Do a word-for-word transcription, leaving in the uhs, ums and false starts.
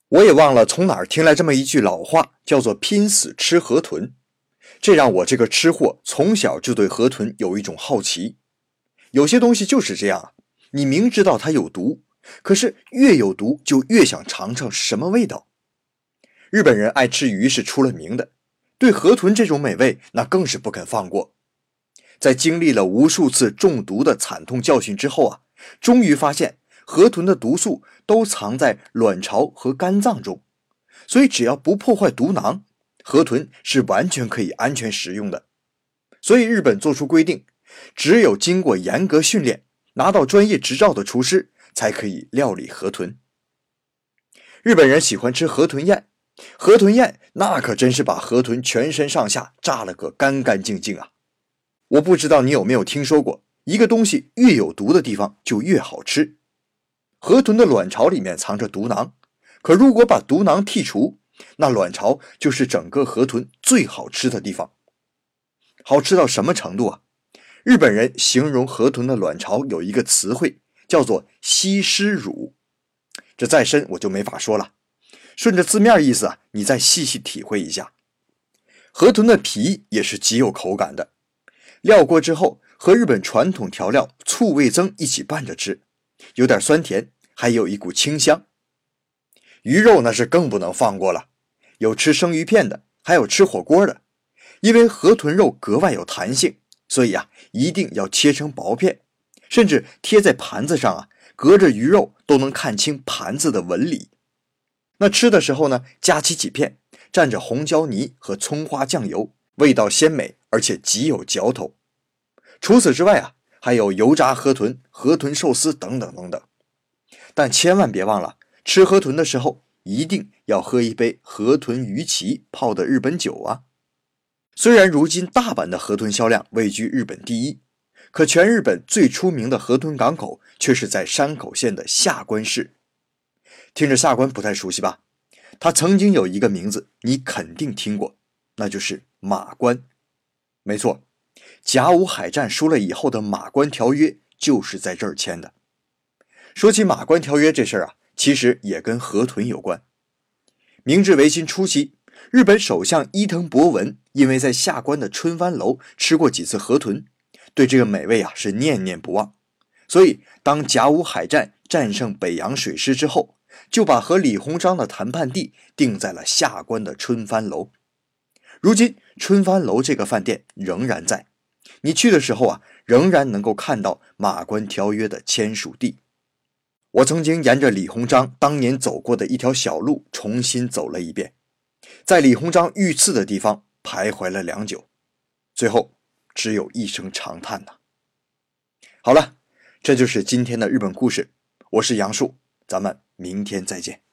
我也忘了从哪儿听来这么一句老话，叫做拼死吃河豚。这让我这个吃货从小就对河豚有一种好奇。有些东西就是这样啊，你明知道它有毒，可是越有毒就越想尝尝是什么味道。日本人爱吃鱼是出了名的，对河豚这种美味那更是不肯放过。在经历了无数次中毒的惨痛教训之后啊，终于发现河豚的毒素都藏在卵巢和肝脏中，所以只要不破坏毒囊，河豚是完全可以安全食用的。所以日本做出规定，只有经过严格训练，拿到专业执照的厨师才可以料理河豚。日本人喜欢吃河豚宴，河豚宴那可真是把河豚全身上下炸了个干干净净啊！我不知道你有没有听说过，一个东西越有毒的地方就越好吃。河豚的卵巢里面藏着毒囊，可如果把毒囊剔除，那卵巢就是整个河豚最好吃的地方。好吃到什么程度啊？日本人形容河豚的卵巢有一个词汇，叫做西施乳。这再深我就没法说了，顺着字面意思啊，你再细细体会一下。河豚的皮也是极有口感的，料过之后和日本传统调料醋味增一起拌着吃，有点酸甜，还有一股清香。鱼肉那是更不能放过了，有吃生鱼片的，还有吃火锅的。因为河豚肉格外有弹性，所以啊，一定要切成薄片，甚至贴在盘子上啊，隔着鱼肉都能看清盘子的纹理。那吃的时候呢，夹起几片，蘸着红椒泥和葱花酱油，味道鲜美，而且极有嚼头。除此之外啊，还有油炸河豚、河豚寿司等等等等。但千万别忘了，吃河豚的时候一定要喝一杯河豚鱼鳍泡的日本酒啊。虽然如今大阪的河豚销量位居日本第一，可全日本最出名的河豚港口却是在山口县的下关市。听着下关不太熟悉吧？它曾经有一个名字，你肯定听过，那就是马关。没错，甲午海战输了以后的马关条约就是在这儿签的。说起马关条约这事儿啊，其实也跟河豚有关。明治维新初期，日本首相伊藤博文因为在下关的春帆楼吃过几次河豚，对这个美味啊是念念不忘。所以当甲午海战战胜北洋水师之后，就把和李鸿章的谈判地定在了下关的春帆楼。如今春帆楼这个饭店仍然在，你去的时候啊，仍然能够看到马关条约的签署地。我曾经沿着李鸿章当年走过的一条小路重新走了一遍，在李鸿章遇刺的地方徘徊了良久，最后只有一声长叹呐。好了，这就是今天的日本故事，我是杨树，咱们明天再见。